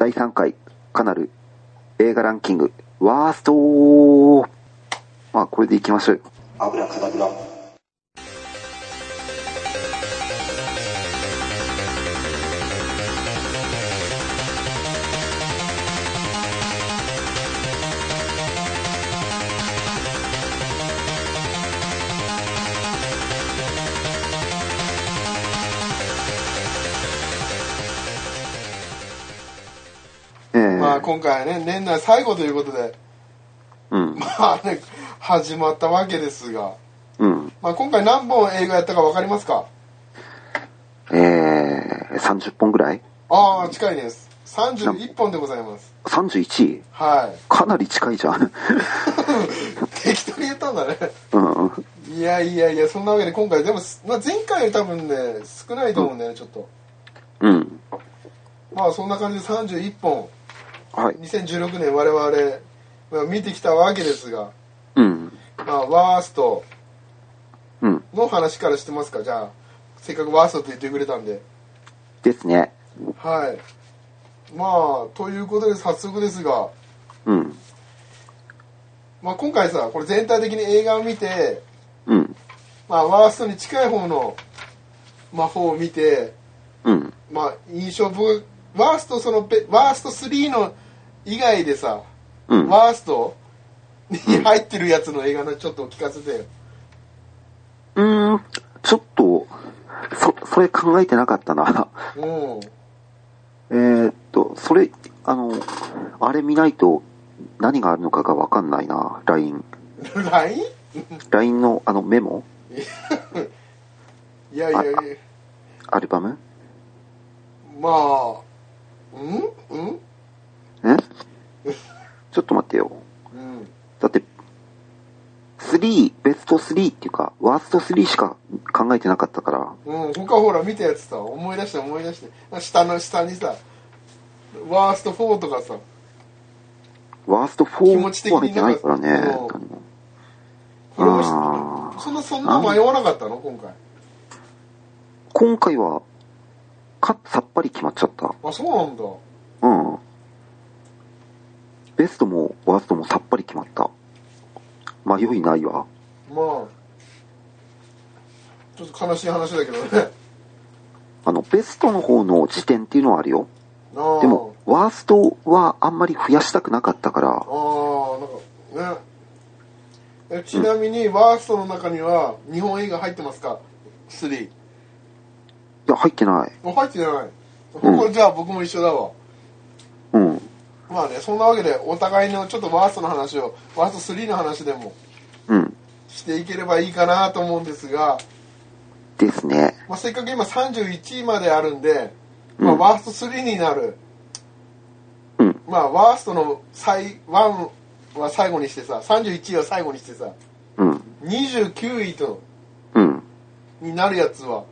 第3回カナル映画ランキングワースト。まあこれでいきましょうよ。 アブラカダブラ。 まあ今回はね、年内最後ということで、まあね、始まったわけですが、まあ今回何本映画やったか分かりますか ？30本ぐらい？ ああ、近いです。31本でございます。 31？ はい。 かなり近いじゃん。 適当に言ったんだね。いやいやいや、そんなわけで今回、でも、まあ、前回より多分ね、少ないと思うんだよね、ちょっと。まあそんな感じで31本。はい、2016年我々、まあ、見てきたわけですが、まあワーストの話からしてますか。じゃあせっかくワーストって言ってくれたんでですね。 はい。まあということで早速ですが、まあ今回さ、これ全体的に映画を見て、まあワーストに近い方の方を見て、まあ印象僕ワーストワースト3の以外でさ、ワーストに入ってるやつの映画のちょっと聞かせてよ。 ちょっとそれ考えてなかったな。それあれ見ないと何があるのかが分かんないな。LINE のメモいやいやいや、 アルバム、 まあちょっと待ってよ、だってベスト3っていうかワースト3しか考えてなかったから。 他ほら見たやつさ、思い出して下にさワースト4とかさ、 ワースト4は入ってないからね。 これもそんな迷わなかったの今回はさっぱり決まっちゃった。 あ、そうなんだ。 ベストもワーストもさっぱり決まった。迷いないわ。 まあちょっと悲しい話だけどね。 ベストの方の時点っていうのはあるよ。でもワーストはあんまり増やしたくなかったから。 なんかね。ちなみにワーストの中には日本映画入ってますか？3。いや入ってない。 入ってない。これじゃあ僕も一緒だわ。まあね、そんなわけでお互いのちょっとワーストの話を、ワースト3の話でもしていければいいかなと思うんですが、 ですね。 まあ、せっかく今31位まであるんで、まあ、ワースト3になる、まあワーストの1は最後にしてさ、31位は最後にしてさ、29位と、になるやつは、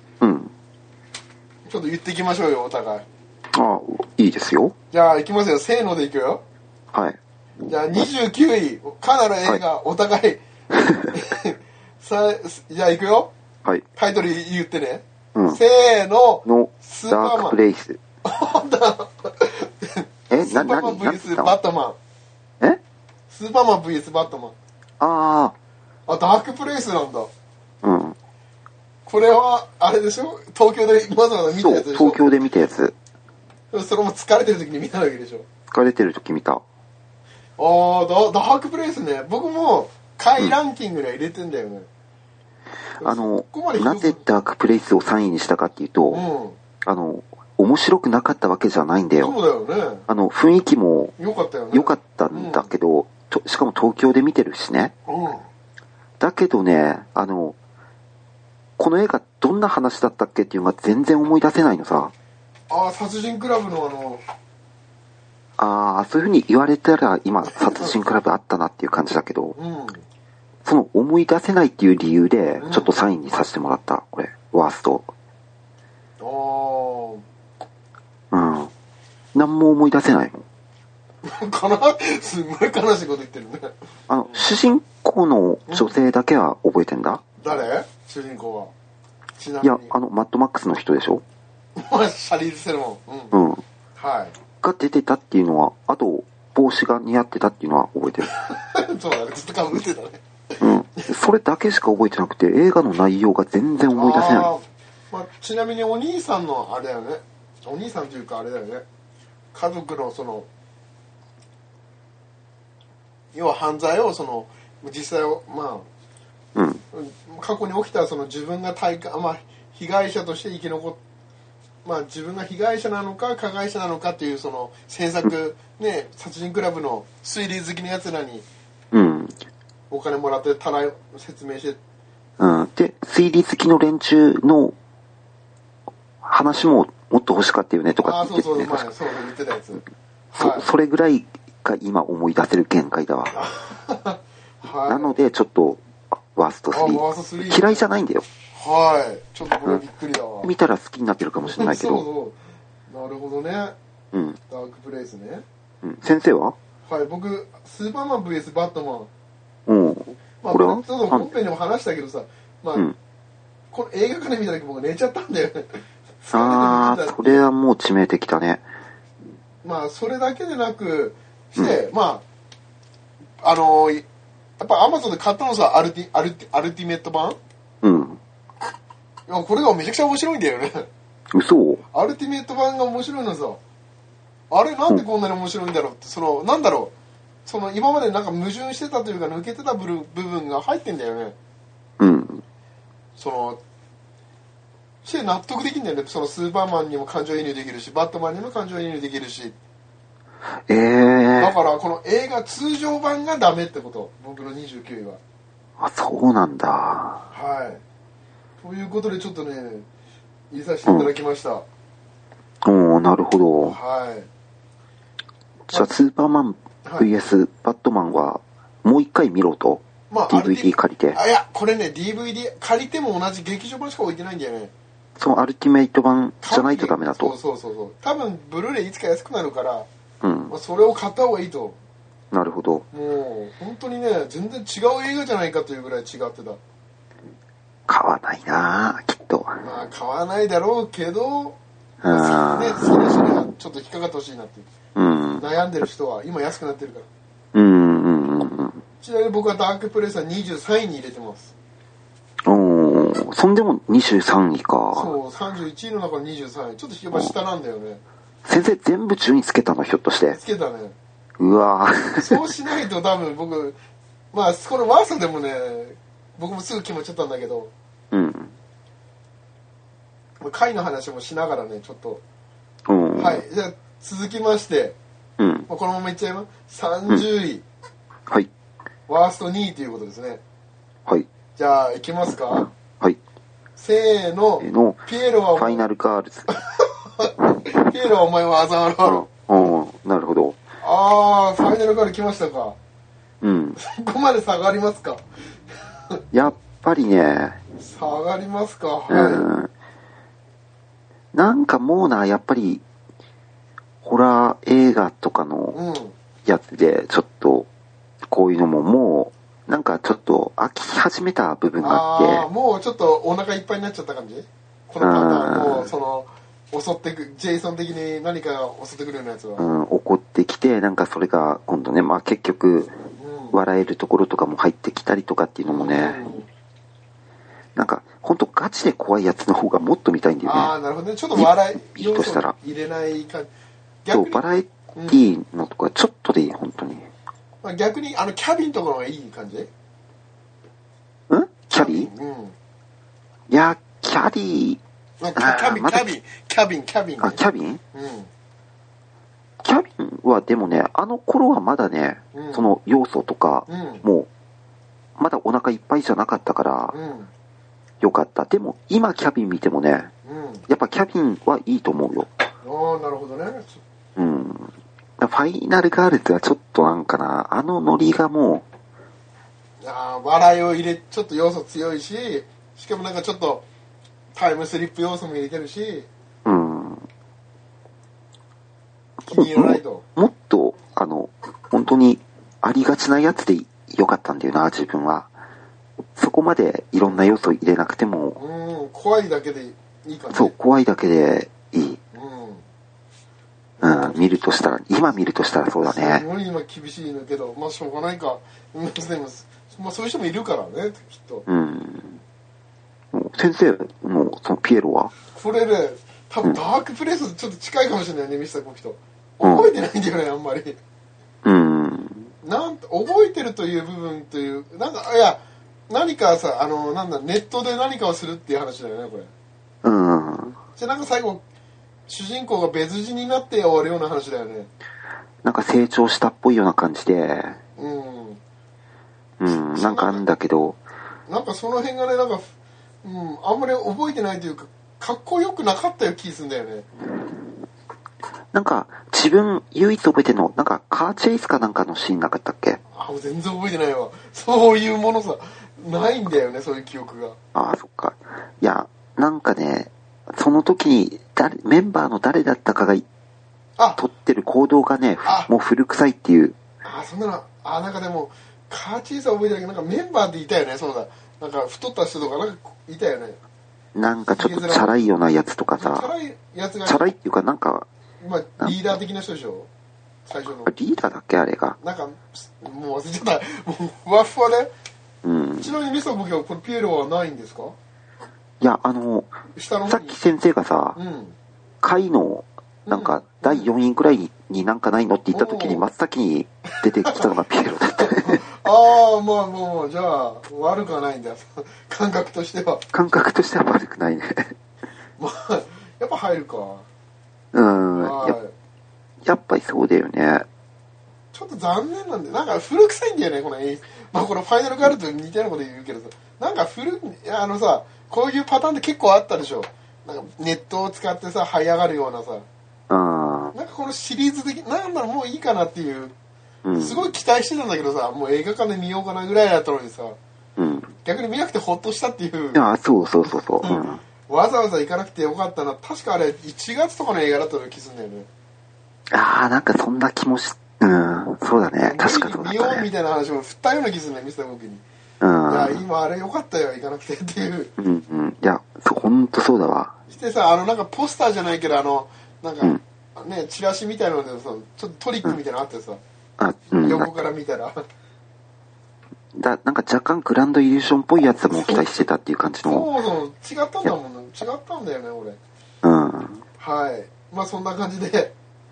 ちょっと言っていきましょうよ、お互い。 いいですよ。 じゃあ行きますよ、せーのでいくよ。 はい。 じゃあ29位カナル映画、お互いじゃあ行くよ。はい。タイトル言ってね。せーの。 スーパーマン。ダークプレイス。 スーパーマン VS バットマン。スーパーマン VS バットマン。ダークプレイスなんだ。これはあれでしょ、東京でわざわざ見たやつでしょ。 東京で見たやつ。 それも疲れてる時に見たわけでしょ。 疲れてる時見た。 ダークプレイスね。僕も下位ランキングには入れてんだよね。 なぜダークプレイスを3位にしたかっていうと、面白くなかったわけじゃないんだよ。 そうだよね。 雰囲気も良かったよね。 良かったんだけど、しかも東京で見てるしね。だけどね、この映画どんな話だったっけっていうのが全然思い出せないのさ。 殺人クラブのそういう風に言われたら今殺人クラブあったなっていう感じだけど、その思い出せないっていう理由でちょっと3位にさせてもらった。これワースト。何も思い出せないもん。 すごい悲しいこと言ってるね。 主人公の女性だけは覚えてんだ。 誰？主人公は。 いやマッドマックスの人でしょ。 シャリーズ・セロン。 が出てたっていうのは、あと、帽子が似合ってたっていうのは覚えてる。 そうだね、ずっとかぶってたね。 うん。それだけしか覚えてなくて、映画の内容が全然思い出せない。 まあ、ちなみにお兄さんのあれだよね。お兄さんというかあれだよね。家族のその、要は犯罪を実際を、まあ、過去に起きたその自分がまあ、被害者として生き残っまあ、自分が被害者なのか加害者なのかっていうその制作、ね、殺人クラブの推理好きのやつらにお金もらって説明して、 で推理好きの連中の話ももっと欲しかったよねとかって言ってね。そう言ってたやつ、 それぐらいが今思い出せる限界だわ。なのでちょっとワースト3嫌いじゃないんだよ。 ちょっとこれびっくりだわ。 見たら好きになってるかもしれないけど。 そうなるほどね。ダークプレイスね。 先生は？ 僕スーパーマン VS バットマン。 まあ、これはちょっと本編でも話したけどさ、まあこの映画館で見た時僕寝ちゃったんだよね。 それはもう致命的だね。 まあそれだけでなくして、まあやっぱアマゾンで買ったのさ、アルティメット版。いやこれがめちゃくちゃ面白いんだよね。 嘘？ アルティメット版が面白いのさ。あれなんでこんなに面白いんだろうって、なんだろう、今までなんか矛盾してたというか抜けてた部分が入ってんだよね。して納得できんだよね。スーパーマンにも感情移入できるし、バットマンにも感情移入できるし。だからこの映画通常版がダメってこと、僕の29位は。 あ、そうなんだ。 ということでちょっとね入れさせていただきました。 なるほど。じゃあスーパーマン VS バットマンはもう一回見ろと、DVD 借りて。 いやこれね DVD 借りても同じ劇場版しか置いてないんだよね。 そのアルティメイト版じゃないとダメだと。 そう多分ブルーレイいつか安くなるから、それを買った方がいいと。 なるほど。 もう本当にね全然違う映画じゃないかというぐらい違ってた。 買わないなきっと。 まあ買わないだろうけど、好きな人にはちょっと引っかかってほしいなっていう。悩んでる人は今安くなってるから。ちなみに僕はダークプレイスは23位に入れてます。 そんでも23位か。 そう31位の中の23位、ちょっとやっぱ下なんだよね。 先生全部順位つけたの？ひょっとしてつけたね。 うわそうしないと多分僕まあこのワーストでもね僕もすぐ決まっちゃったんだけど、回の話もしながらねちょっと、じゃあ続きまして、このままいっちゃいます。30位、ワースト2位ということですね。じゃあいきますか。せーの、ピエロはファイナルガールズ。 ピエロはお前はアザーロ。なるほど。 ファイナルガール来ましたか。そこまで下がりますか。 やっぱりね。 下がりますか。 なんかもうな、やっぱりホラー映画とかのやつでちょっとこういうのももうなんかちょっと飽き始めた部分があって、 もうちょっとお腹いっぱいになっちゃった感じ。このパターンも襲ってくジェイソン的に何かが襲ってくるようなやつは、 怒ってきて、なんかそれが今度ね、まあ結局笑えるところとかも入ってきたりとかっていうのもね、なんか本当ガチで怖いやつの方がもっと見たいんだよね。 なるほどね。ちょっと笑い要素入れないか。 そうバラエティーのとかちょっとでいい、本当に。 逆にキャビンとかの方がいい感じ？ キャビン？いやキャビン。 キャビン。 キャビン？キャビンはでもね、あの頃はまだね、その要素とか、もうまだお腹いっぱいじゃなかったから、よかった。でも今キャビン見てもね、やっぱキャビンはいいと思うよ。 なるほどね。 ファイナルガールズはちょっとなんかな、あのノリがもう、笑いを入れ、ちょっと要素強いし、しかもなんかちょっとタイムスリップ要素も入れてるし、気に入らないと。 もっと本当にありがちなやつでよかったんだよな、自分は。そこまでいろんな要素入れなくても、 怖いだけでいいかね。 そう、怖いだけでいい。 見るとしたらそうだね。 すごい今厳しいんだけど、まあしょうがないか。でも、まあそういう人もいるからね、きっと。 先生のそのピエロはこれね、多分ダークプレイスとちょっと近いかもしれないね、ミスターコキと。覚えてないんだよね、あんまり。覚えてるという部分という、なんか、いや、何かさ、ネットで何かをするっていう話だよね、これ。じゃあなんか最後、主人公が別人になって終わるような話だよね。 なんか成長したっぽいような感じで。なんかあんだけど。 なんかその辺がね、なんか、あんまり覚えてないというか、かっこよくなかったよ気するんだよね。 なんか、自分唯一覚えてるの、なんかカーチェイスかなんかのシーンなかったっけ？ もう全然覚えてないわ。そういうものさ、ないんだよね、そういう記憶が。 そっか。いや、なんかね、その時にメンバーの誰だったかが撮ってる行動がね、もう古臭いっていう。 そんなの、なんかでも、カーチェイスは覚えてないけど、なんかメンバーでいたよね、そうだ。なんか太った人とかなんかいたよね。 なんかちょっとチャラいようなやつとかさ。チャラいっていうかなんか、 リーダー的な人でしょ、最初の。 リーダーだっけあれが。 なんか、もう忘れちゃった。もうふわふわで。ちなみにミスターボケはこれピエロはないんですか？ いや、さっき先生がさ、回の、なんか、第4位くらいになんかないのって言った時に真っ先に出てきたのがピエロだった。 まあ、じゃあ、悪くはないんだ。感覚としては。 感覚としては悪くないね。 まあ、やっぱ入るか。 やっぱりそうだよね。 ちょっと残念なんで、なんか古臭いんだよね、このこのファイナルガールと似たようなこと言うけどさ、なんかさ、こういうパターンって結構あったでしょ。なんかネットを使ってさ、這い上がるようなさ。なんかこのシリーズ的、なんだろう、もういいかなっていう。すごい期待してたんだけどさ、もう映画館で見ようかなぐらいだったのにさ、逆に見なくてホッとしたっていう。 そう。 わざわざ行かなくてよかったな。確かあれ、1月とかの映画だったような気するんだよね。 なんかそんな気もそうだね。確かそうだったね。 見ようみたいな話も振ったような気するね、ミスターボケに。いや、今あれよかったよ、行かなくてっていう。 いや、ほんとそうだわ。 してさ、なんかポスターじゃないけど、なんか、ね、チラシみたいなのでさ、ちょっとトリックみたいなのあってさ、横から見たら。 なんか若干グランドイリューションっぽいやつも期待してたっていう感じの。 そう、違ったんだもんね。違ったんだよね、俺。はい。まあそんな感じで。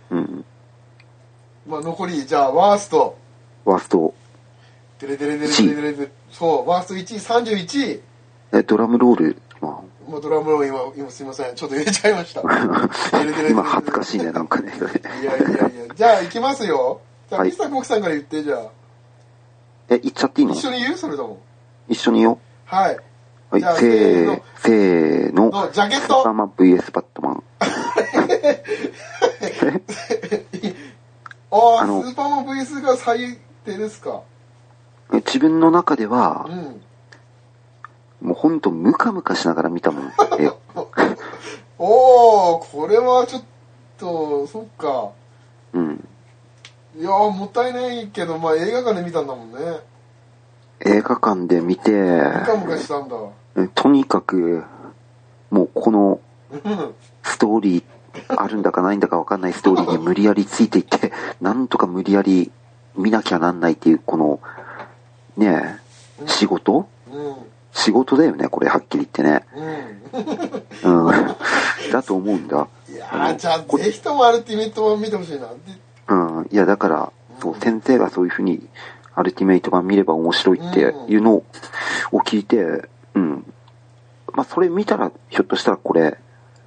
まあ残り、じゃあ、ワースト。デレ。そう、ワースト1位、31位。 ドラムロール。 もうドラムロール今すいません。ちょっと入れちゃいました。 今恥ずかしいね、なんかね。 いや。じゃあ行きますよ。じゃあ、ミスターコキさんから言って、じゃあ。 言っちゃっていいの？ 一緒に言う？それとも。 一緒に言おう。 はい。 じゃあせーの。 ジャケット。 スーパーマン VS バットマン。 スーパーマン VS が最低ですか？ 自分の中では、もうほんとムカムカしながら見たもん。 これはちょっと、そっか。いやもったいないけど、まあ映画館で見たんだもんね。 映画館で見て、 ムカムカしたんだ。 とにかく、もうこの、ストーリー、あるんだかないんだか分かんないストーリーに無理やりついていって、なんとか無理やり見なきゃなんないっていう、この、ねえ、仕事だよね、これ、はっきり言ってね。だと思うんだ。 いやじゃあ、ぜひともアルティメット版見てほしいな。 いや、だから、先生がそういうふうに、アルティメイト版見れば面白いっていうのを聞いて、まあ、それ見たら、ひょっとしたらこれ、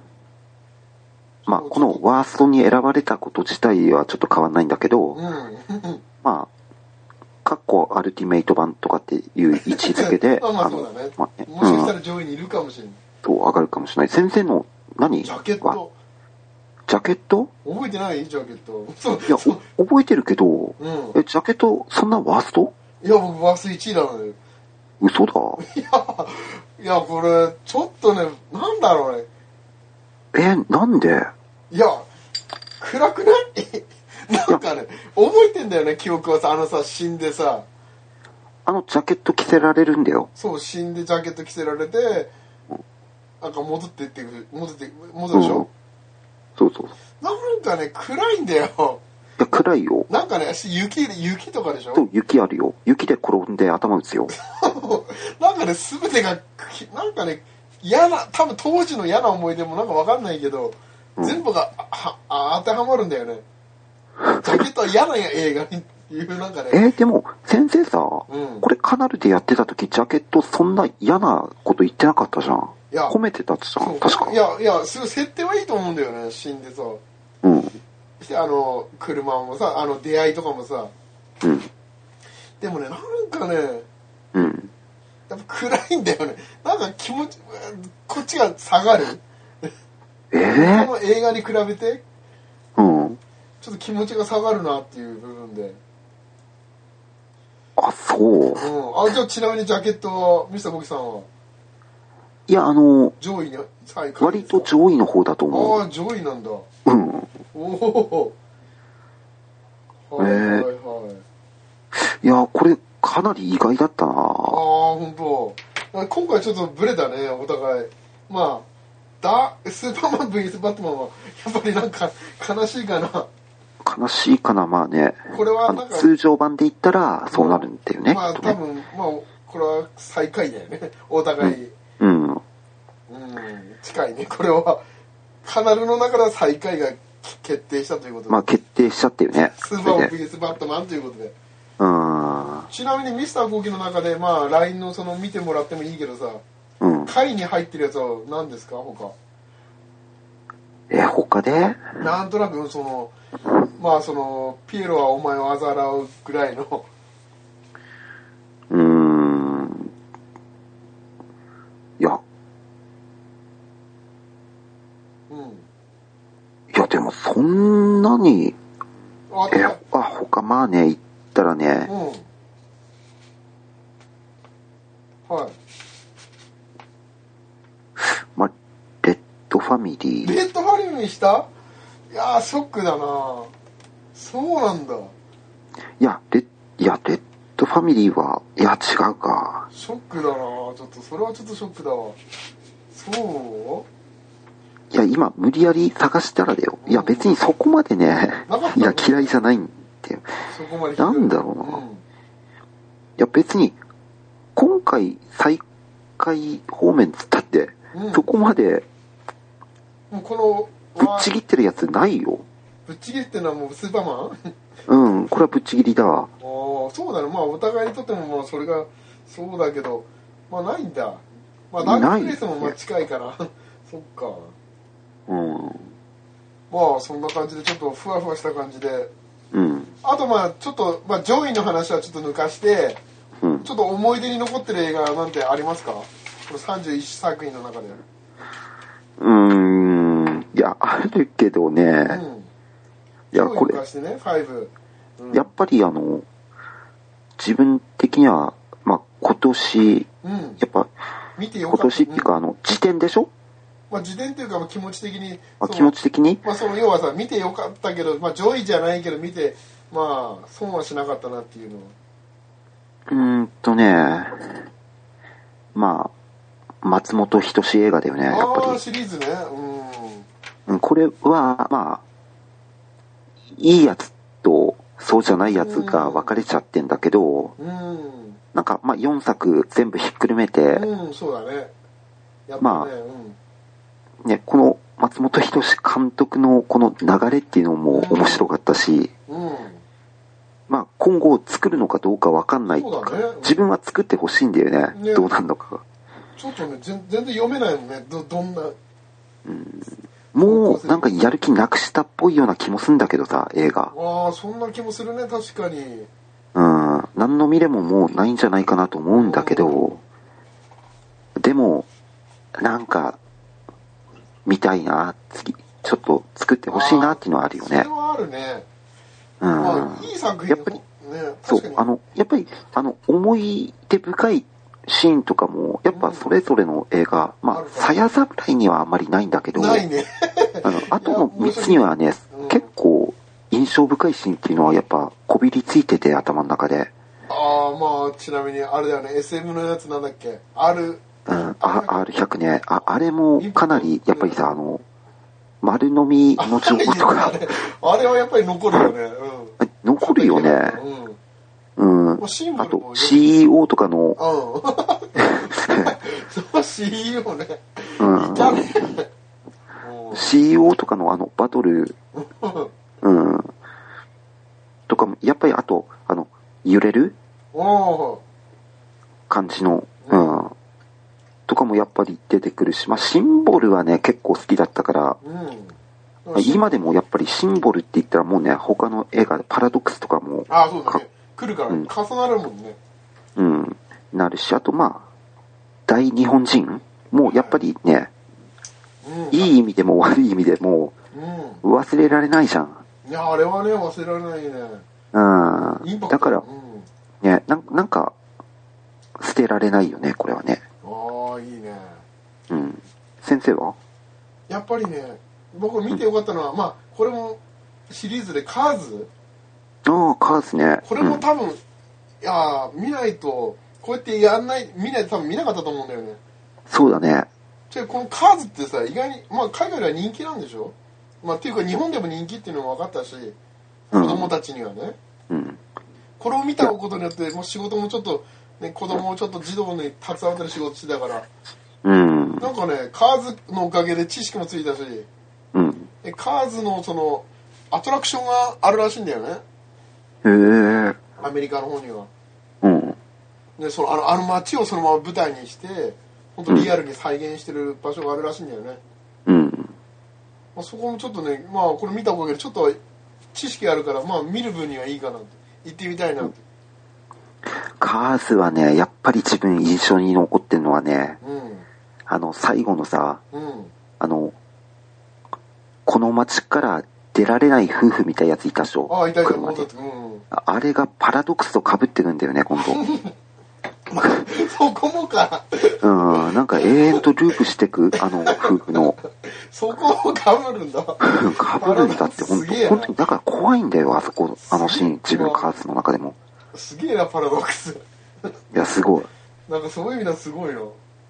まあ、このワーストに選ばれたこと自体はちょっと変わんないんだけど、まあ、カッコアルティメイト版とかっていう位置づけで、 まあそうだね。もしかしたら上位にいるかもしれない。 上がるかもしれない。先生の、 ジャケット。 ジャケット？ 覚えてない？ジャケット。 いや、覚えてるけど、ジャケット、そんなワースト？ いや、僕ワースト1位なのよ。 嘘だ。 いや、これ、ちょっとね、なんだろうね。 なんで？ いや、暗くないなんかね、覚えてんだよね、記憶はさ、死んでさ。 ジャケット着せられるんだよ。 そう、死んでジャケット着せられて、なんか戻るでしょ？ そうそう。 なんかね、暗いんだよ。 いや、暗いよ。 なんかね、雪とかでしょ？ そう、雪あるよ。雪で転んで頭打つよ。 なんかね、すべてが、なんかね、多分当時の嫌な思い出もなんかわかんないけど、全部が当てはまるんだよね。ジャケットは嫌な映画にっていうなんかね。 でも、先生さ、これカナルでやってた時、ジャケットそんな嫌なこと言ってなかったじゃん。いや、褒めてたってさ、確か。 いや、すごい設定はいいと思うんだよね、死んでさ。 うん。 して、車もさ、出会いとかもさ。 うん。 でもね、なんかね、 うん。 やっぱ暗いんだよね。なんかこっちが下がる。この映画に比べて、 うん。 ちょっと気持ちが下がるなっていう部分で。 あ、そう。 うん。じゃあちなみにジャケットは、ミスターボキさんは？ いや、 上位に、 割と上位の方だと思う。 ああ、上位なんだ。 うん。 おお。はいはいはい。 いや、これかなり意外だったな。ああ、 本当。今回ちょっとブレたね、お互い。まあ、スーパーマン VS バットマンは、やっぱりなんか悲しいかな。 悲しいかな、まあね。 これはなんか通常版で言ったらそうなるんだよね。 まあ多分、まあ、これは最下位だよね。お互い。近いね。これは、カナルの中では最下位が決定したということで。 まあ決定しちゃってるね。 スーパーマン VS バットマンということで。ちなみにミスターコーキの中で、まあ LINE の見てもらってもいいけどさ、下位に入ってるやつは何ですか、他？ 他で？ なんとなくまあピエロはお前を嘲笑うぐらいの。 いや。いやでもそんなに、他まあね、言ったらね。 はい。 まあ、レッドファミリー。 レッドファミリーにした？いやー、ショックだな。そうなんだ。 いや、レッドファミリーは、いや、違うか。 ショックだな。ちょっと、それはちょっとショックだわ。そう？ いや、今、無理やり探したらだよ。いや、別にそこまでね、いや、嫌いじゃないんだよ。 そこまでなんだろうな。いや、別に、今回、最下位方面つったって、そこまで、 もうこの、ぶっちぎってるやつないよ。 ぶっちぎりってのはもうスーパーマン？これはぶっちぎりだわ。 そうだね。まあ、お互いにとっても、まあ、それが、そうだけど、まあ、ないんだ。まあ、ダークプレイスもまあ近いから。そっか。まあ、そんな感じで、ちょっとふわふわした感じで。あと、まあ、ちょっと、まあ、上位の話はちょっと抜かして、ちょっと思い出に残ってる映画なんてありますか？この31作品の中で。 いや、あるけどね。いや、これ、やっぱり自分的には、まあ、今年、やっぱ、今年っていうか、時点でしょ？ まあ、時点っていうか、気持ち的に。 気持ち的に？ まあ、要はさ、見てよかったけど、まあ、上位じゃないけど、見て、まあ、損はしなかったなっていうのは。 まあ、松本人志映画だよね、やっぱり。 シリーズね。 これは、まあ、いいやつと、そうじゃないやつが分かれちゃってんだけど、なんか、まあ、4作全部ひっくるめて、 そうだね。 まあ、ね、この松本人志監督のこの流れっていうのも面白かったし、まあ、今後作るのかどうか分かんないか、自分は作ってほしいんだよね、どうなんのか。 ちょっとね、全然読めないもんね、どんな。 もう、なんかやる気なくしたっぽいような気もするんだけどさ、映画。 そんな気もするね、確かに。 何の未練ももうないんじゃないかなと思うんだけど、でも、なんか、見たいな、次、ちょっと作ってほしいなっていうのはあるよね。 それはあるね。いい作品。 やっぱり、そう、やっぱり、思い出深いシーンとかも、やっぱそれぞれの映画、まあ、さや侍にはあんまりないんだけど、 ないね。 あとの3つにはね、結構印象深いシーンっていうのはやっぱこびりついてて、頭の中で。 まあ、ちなみにあれだよね、SM のやつなんだっけ？ R100 ね。あれもかなり、やっぱりさ、 丸飲みの情報とか。 あれはやっぱり残るよね。 残るよね。あと、CEO とかの。 そう、CEO ね。いたね。 CEO とかのバトル、とかも、やっぱりあと、揺れる感じの、とかもやっぱり出てくるし、シンボルはね、結構好きだったから、今でもやっぱりシンボルって言ったらもうね、他の映画でパラドックスとかも、 そうだね。来るから、重なるもんね。 なるし、あと大日本人もやっぱりね、いい意味でも悪い意味でも、忘れられないじゃん。 いや、あれはね、忘れられないね。 だから、ね、なんか、捨てられないよね、これはね。 いいね。 先生は？ やっぱりね、僕見てよかったのは、これもシリーズでカーズ。 カーズね。 これも多分、見ないと、こうやって見ないと多分見なかったと思うんだよね。 そうだね。 このカーズってさ、意外に、海外では人気なんでしょ？っていうか日本でも人気っていうのも分かったし、子供たちにはね。これを見たことによって、もう仕事もちょっと、ね、子供をちょっと児童に携わってる仕事してたから、なんかね、カーズのおかげで知識もついたし、カーズのその、アトラクションがあるらしいんだよね。アメリカの方には。で、あの街をそのまま舞台にして、本当リアルに再現してる場所があるらしいんだよね。そこもちょっとね、これ見たおかげでちょっと知識あるから、見る分にはいいかなって。行ってみたいなって。 カーズはね、やっぱり自分印象に残ってるのはね、最後のさ、この街から出られない夫婦みたいなやついたでしょ。 いた。 あれがパラドックスと被ってるんだよね、今度。 そこもか。 なんか永遠とループしてく、夫婦の。 そこも被るんだ。 被るんだって、本当に、だから怖いんだよ、あそこ、シーン、自分カーズの中でも。 すげえな、パラドックス。 いや、すごい。 なんかそういう意味ではすごいな。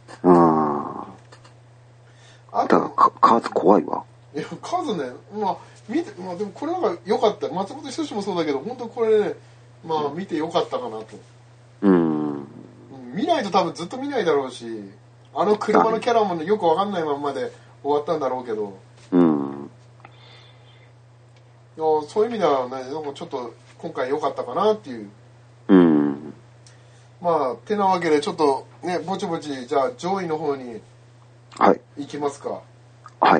だからカーズ怖いわ。 いや、カーズね、見て、でもこれなんか良かった。松本人志もそうだけど、本当これね、見て良かったかなと。見ないと多分ずっと見ないだろうし、車のキャラもね、よくわかんないまんまで終わったんだろうけど。いや、そういう意味ではね、なんかちょっと今回良かったかなっていう。てなわけでちょっとね、ぼちぼち、じゃあ上位の方に行きますか。 はい。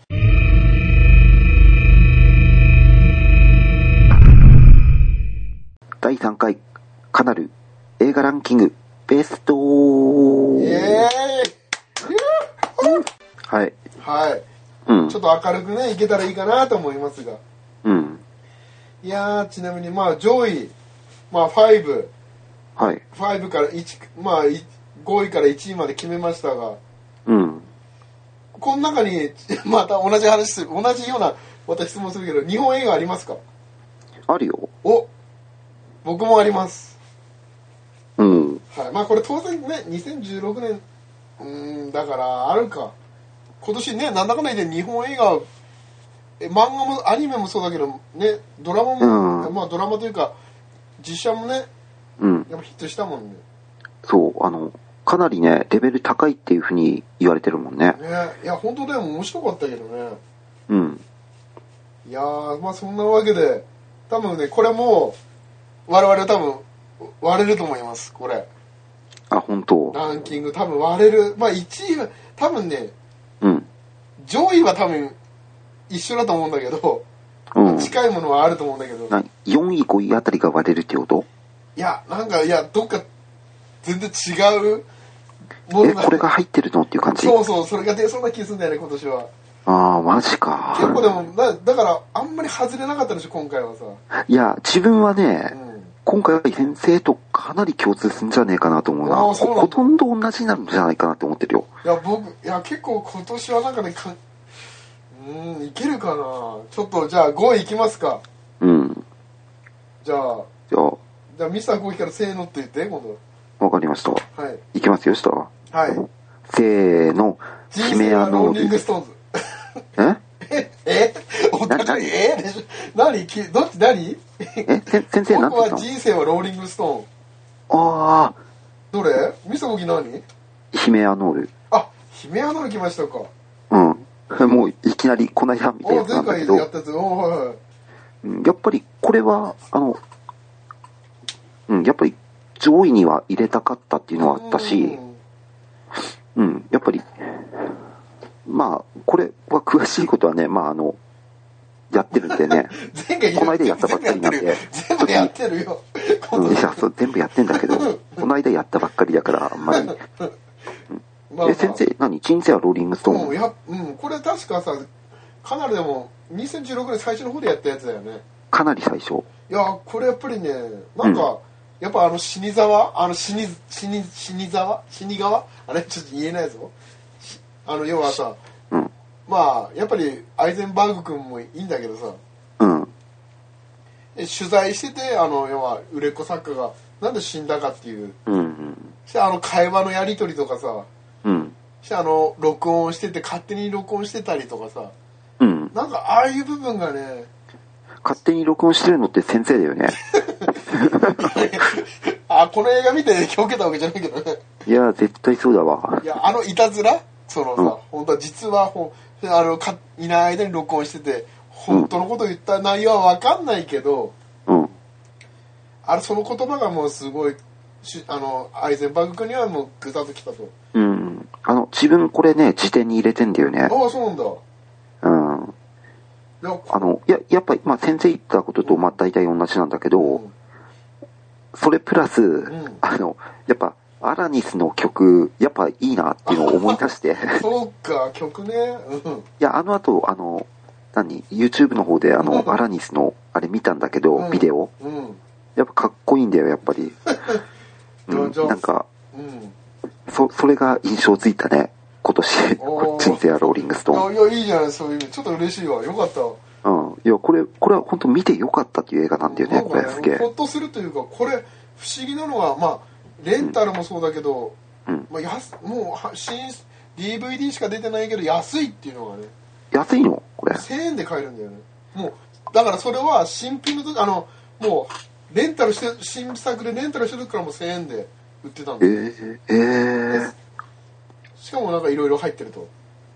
第3回カナル映画ランキングベストイエーイはい。 ちょっと明るくね、いけたらいいかなと思いますが。いやー、ちなみに上位、5。5から1、5位から1位まで決めましたが、この中に、また同じ話する、同じような、また質問するけど、日本映画ありますか？ あるよ。 僕もあります。これ当然ね、2016年、だからあるか。今年ね、なんだかんだ言って日本映画、漫画もアニメもそうだけど、ね、ドラマも、ドラマというか、実写もね、やっぱヒットしたもんね。 そう、かなりね、レベル高いっていうふうに言われてるもんね。 いや、本当でも面白かったけどね。いやー、そんなわけで、多分ね、これも、我々は多分、割れると思います、これ。 本当。 ランキング多分割れる。1位は、多分ね、上位は多分、一緒だと思うんだけど、近いものはあると思うんだけど。 4位、5位あたりが割れるってこと？ いや、どっか、全然違うものが。 これが入ってるのっていう感じ？ そう、それが出そうな気するんだよね、今年は。 マジか。 結構でも、だから、あんまり外れなかったでしょ、今回はさ。 いや、自分はね、今回は先生とかなり共通するんじゃねえかなと思うな。ほとんど同じになるんじゃないかなって思ってるよ。 いや、結構今年はなんかね、いけるかな。ちょっと、じゃあ5位いきますか。じゃあミスター5位からせーのって言って、今度。 わかりました。いきますよ、下は。せーの。 人生はローリングストーンズ。 お互いでしょ。何どっち何先生何て言ったの？ 僕は人生はローリングストーン。ああ。 どれ？ミサボキ何？ ヒメアノール。 あ、ヒメアノール来ましたか。 うん。もういきなりこないだ見たやつなんだけど。 前回やったやつ。はいはい。 やっぱりこれはやっぱり上位には入れたかったっていうのはあったし、やっぱりまあこれは詳しいことはね、まあやってるんでね。この間やったばっかりなんで。 全部やってるよ。 いや、そう全部やってんだけど、この間やったばっかりだからあんまり。先生人生はローリングストーン。これ確かさ、かなりでも2016年最初の方でやったやつだよね。 かなり最初。 いや、これやっぱりね、なんか、やっぱ死に沢あれちょっと言えないぞ。要はさ、まあやっぱりアイゼンバーグ君もいいんだけどさ、取材してて要は売れっ子作家がなんで死んだかっていう、して会話のやり取りとかさ、して録音してて勝手に録音してたりとかさ、なんかああいう部分がね、 勝手に録音してるのって先生だよね。 この映画見て影響受けたわけじゃないけどね。 いや絶対そうだわ。 いやいたずらさ、本当は実はいない間に録音してて本当のこと言った内容は分かんないけど、その言葉がもうすごいアイゼンバーグ君にはもうグザッときたと。 自分これね辞典に入れてんだよね。 ああそうなんだ。 やっぱり、まあ、先生言ったことと、まあ、大体同じなんだけど、それプラス、やっぱ、アラニスの曲、やっぱいいなっていうのを思い出して。 そうか、曲ね。 いや、後、YouTube の方で、アラニスの、あれ見たんだけど、ビデオ。やっぱかっこいいんだよ、やっぱり。なんか、それが印象ついたね。今年人生はローリングストーン。 いやいいじゃない、そういうちょっと嬉しいわ。よかった。 いやこれは本当見てよかったっていう映画なんだよね。これすげえほっとするというか、これ不思議なのは、まあレンタルもそうだけど、もうDVD しか出てないけど安いっていうのがね。 安いのこれ 1000円で買えるんだよね。もうだからそれは新品の時もうレンタルして新作でレンタルしてる時からもう1000円で売ってたんで。しかもなんかいろいろ入ってると。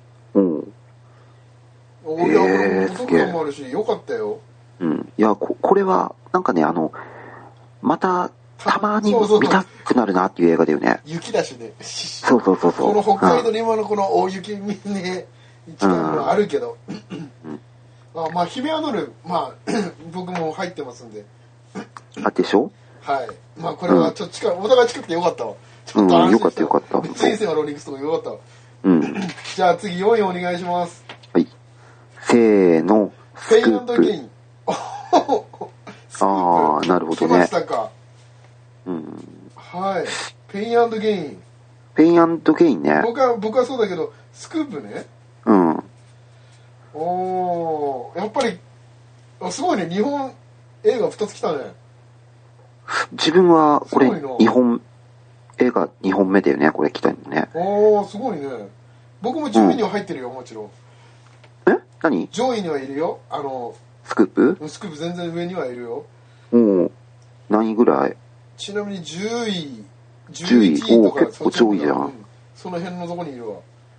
いや、お得感もあるし、よかったよ。 いや、これは、なんかね、また、たまに見たくなるなっていう映画だよね。 雪だしね。 そう。この北海道の今のこの大雪ね、一番のあるけど。まあ、ヒメアノル、まあ、僕も入ってますんで。 でしょ？ はい。まあ、これはちょっとお互い近くてよかったわ。ちょっと安心した。よかった。人生はローリングストーンよかったわ。じゃあ次4位お願いします。 はい。せーの、 ペイン&ゲイン。 なるほどね。 来ましたか。はい。ペイン&ゲイン。 ペイン&ゲインね。 僕はそうだけど、スクープね。やっぱり、すごいね、日本映画2つ来たね。 自分は、これ、映画2本目だよね、これ来たのね。 すごいね。僕も10位には入ってるよ、もちろん。 何？ 上位にはいるよ。 スクープ？ スクープ全然上にはいるよ。 何位ぐらい？ ちなみに10位、 11位とか。結構上位じゃん。 その辺のとこにいるわ。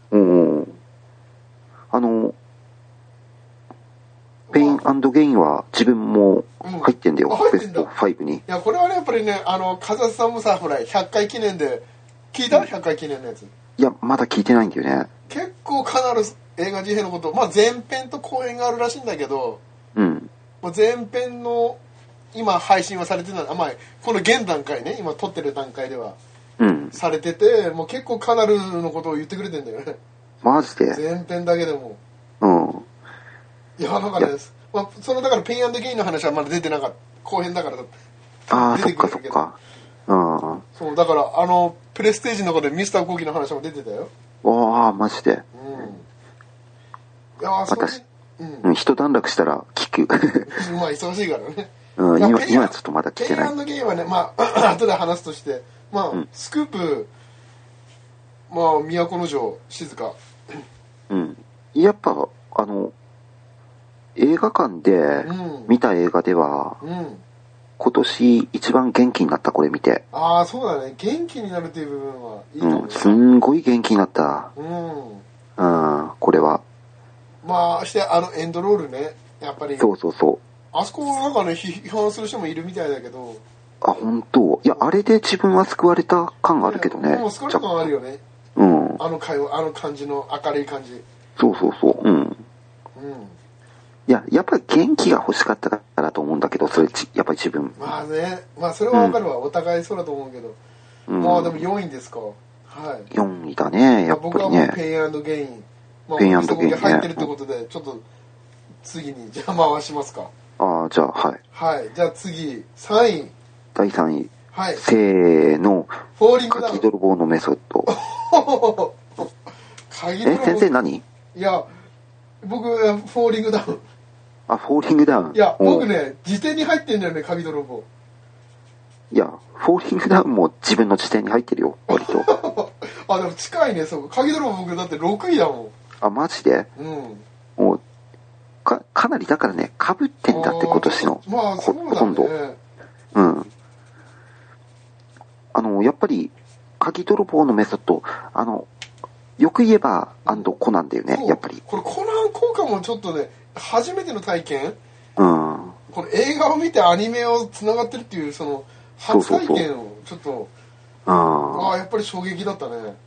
ペイン&ゲインは自分も入ってんだよ、ベスト5に。いや、これはね、やっぱりね、風間さんもさ、ほら、100回記念で、聞いた ?100 回記念のやつ。 いや、まだ聞いてないんだよね。 結構かなり映画事変のこと、まあ前編と後編があるらしいんだけど、前編の今配信はされてない、まあこの現段階ね、今撮ってる段階では、されてて、もう結構かなりのことを言ってくれてんだよね。 マジで？ 前編だけでも。いや、なんかね、だからペイン&ゲインの話はまだ出てなかった。後編だから。 そっか。 そう、だから、プレステージの中でミスターコーキの話も出てたよ。 マジで。 いや、 私、一段落したら聞く。 まあ、忙しいからね。 今ちょっとまだ聞けない。 ペイン&ゲインはね、まあ、後で話すとして、まあ、スクープ、まあ、都城、静か。 やっぱ、 映画館で見た映画では、今年一番元気になった、これ見て。 ああ、そうだね。元気になるっていう部分はいいと思う。 すんごい元気になった。これは。 まあ、してエンドロールね。やっぱり。 そう。 あそこなんかね、批判する人もいるみたいだけど。 あ、本当。いや、あれで自分は救われた感があるけどね。 でも救われた感あるよね。あの会話、あの感じの明るい感じ。 そう。いや、やっぱり元気が欲しかったからと思うんだけど、それ、やっぱり自分。 まあね、まあそれはわかるわ。お互いそうだと思うけど。まあでも4位ですか。はい。 4位だね、やっぱりね。 僕はもうペイン&ゲイン。 ペイン&ゲインね。 入ってるってことで、ちょっと次に、じゃあ回しますか。 ああ、じゃあ、はい。 はい。じゃあ次、3位。 第3位。 はい。 せーの。 フォーリングダウン。 鍵泥棒のメソッド。 鍵泥棒。 先生何？ いや、僕、フォーリングダウン。 あ、フォーリングダウン。 いや、僕ね、辞典に入ってんだよね、鍵泥棒。 いや、フォーリングダウンも自分の辞典に入ってるよ、割と。 あ、でも近いね、そう。鍵泥棒僕だって6位だもん。 あ、マジで？もう、かなりだからね、被ってんだって今年の。 まあ、そうだね。 今度。やっぱり、鍵泥棒のメソッド、よく言えば、コナンだよね、やっぱり。 これコナン効果もちょっとね、初めての体験？この映画を見てアニメを繋がってるっていう、その、初体験を、ちょっと、やっぱり衝撃だったね。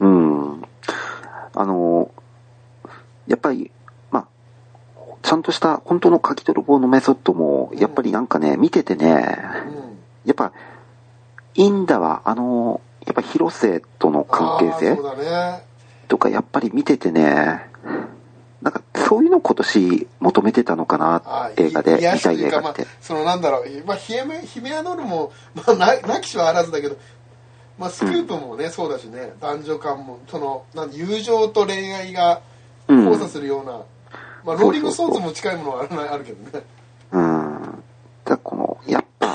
やっぱり、まあ、ちゃんとした本当の鍵泥棒のメソッドも、やっぱりなんかね、見ててね、やっぱ、いいんだわ、やっぱ広瀬との関係性とか、やっぱり見ててね、なんか、そういうの今年求めてたのかな、映画で、見たい映画って。 そのなんだろう、まあ、ヒメアノルも、まあ、なきしはあらずだけど、まあ、スクープもね、そうだしね、男女間も、その、友情と恋愛が交差するような、まあ、ローリングソーツも近いものはあるけどね。 だこの、やっぱ、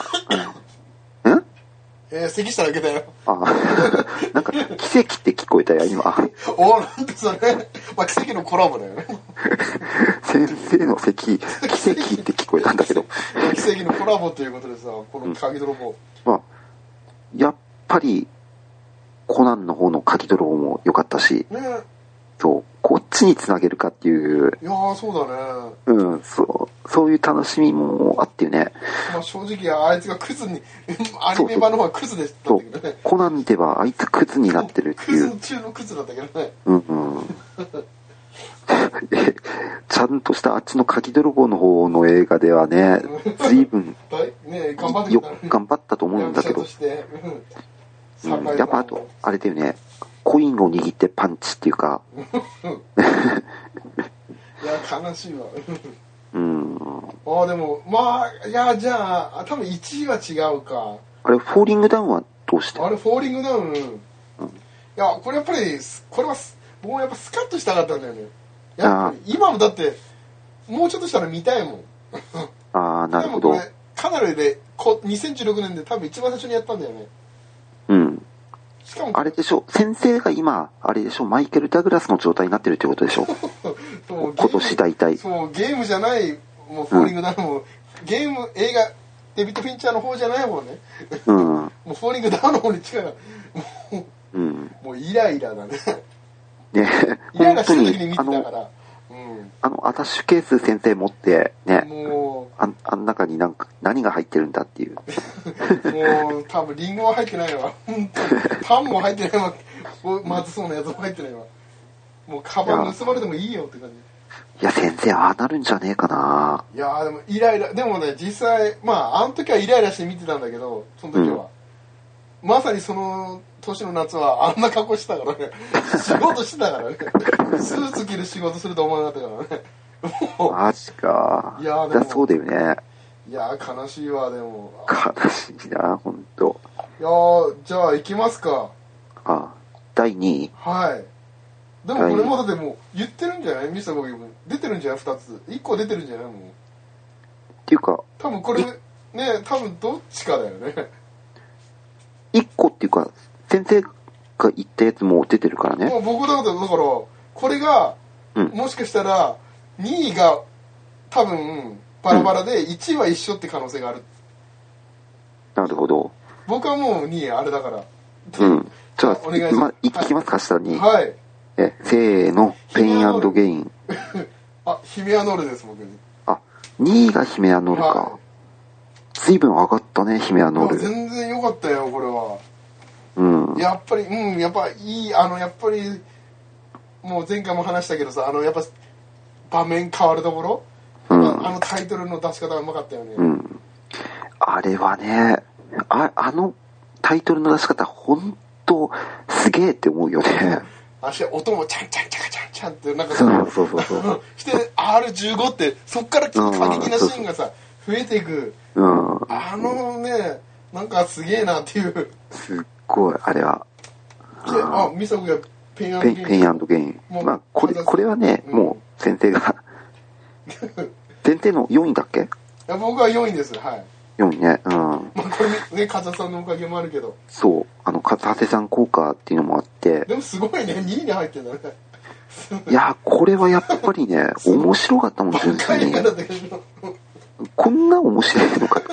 咳しただけだよ。 なんか、奇跡って聞こえたよ、今。 なんでそれ、まあ、奇跡のコラボだよね。 先生の奇跡って聞こえたんだけど。 奇跡のコラボということでさ、この鍵泥棒。 まあ、やっぱり、コナンの方の鍵泥棒も良かったし、そう、こっちにつなげるかっていう。 いやー、そうだね。 そういう楽しみもあってね。 まあ正直あいつがクズに、アニメ版の方はクズでしたんだけどね。 コナンではあいつクズになってるっていう。 クズ中のクズだったけどね。 ちゃんとしたあっちの鍵泥棒の方の映画ではね、随分、頑張ったと思うんだけど。やっぱあと、あれだよね、コインを握ってパンチっていうか。 いや、悲しいわ。でも、まあ、いや、じゃあ、多分1位は違うか。 あれ、フォーリングダウンはどうして？ あれ、フォーリングダウン。いや、これやっぱり、これは、僕もやっぱスカッとしたかったんだよね。やっぱり、今もだって、もうちょっとしたら見たいもん。 なるほど。 これ、カナルで、2016年で多分一番最初にやったんだよね。しかも、 あれでしょ、先生が今、あれでしょ、マイケル・ダグラスの状態になってるってことでしょ。今年大体。 そう、ゲームじゃない、もうフォーリングダウンも、ゲーム、映画、デビッド・フィンチャーの方じゃない方ね。もうフォーリングダウンの方に近いな。もうイライラだね。イライラしてる時に見てたから。 アタッシュケース先生持って、ね。もう。あん中に何が入ってるんだっていう。 もう、多分リンゴは入ってないわ。パンも入ってないわ。まずそうなやつも入ってないわ。もうカバン盗まれてもいいよって感じ。 いや、先生、ああなるんじゃねえかな。 いやでもイライラ、でもね、実際、まあ、あの時はイライラして見てたんだけど、その時は。まさにその年の夏はあんな格好してたからね。仕事してたからね。スーツ着る仕事すると思わなかったからね。 マジか。いや、でも。そうだよね。 いや、悲しいわ、でも。 悲しいな、ほんと。 いやじゃあ行きますか。 第2位。 はい。でもこれまだでも言ってるんじゃない？ミスターボギーも出てるんじゃない？2つ。1個出てるんじゃないもん。 っていうか。 多分これ、ね、多分どっちかだよね。 1個っていうか、先生が言ったやつも出てるからね。 もう僕だから、これが、もしかしたら、2位が多分バラバラで1位は一緒って可能性がある。 なるほど。 僕はもう2位あれだから。 うん。じゃあ、お願いします。いきますか、下に。 はい。 せーの、ペイン&ゲイン。 あ、ヒメアノールです、僕に。 あ、2位がヒメアノールか。はい、随分上がったね、ヒメアノール。 全然良かったよ、これは。 うん。 やっぱり、やっぱいい、やっぱり、もう前回も話したけどさ、やっぱ、場面変わるところ、タイトルの出し方がうまかったよね。 うん。あれはね、あのタイトルの出し方、ほんと、すげえって思うよね。 音もチャンチャンチャカチャンチャンって、なんかそうして R15 って、そっから過激なシーンがさ、増えていく。ね、なんかすげえなっていう。 すっごい、あれは。 で、ミサコがペイン& ゲイン。まあ、これはね、もう、先生が。先生の4位だっけ？いや、僕は4位です、はい。 4位ね、 まあ、これね、風さんのおかげもあるけど。 そう、風さん効果っていうのもあって。 でもすごいね、2位に入ってるんだね。 いや、これはやっぱりね、面白かったもん、純粋に。こんな面白いのか。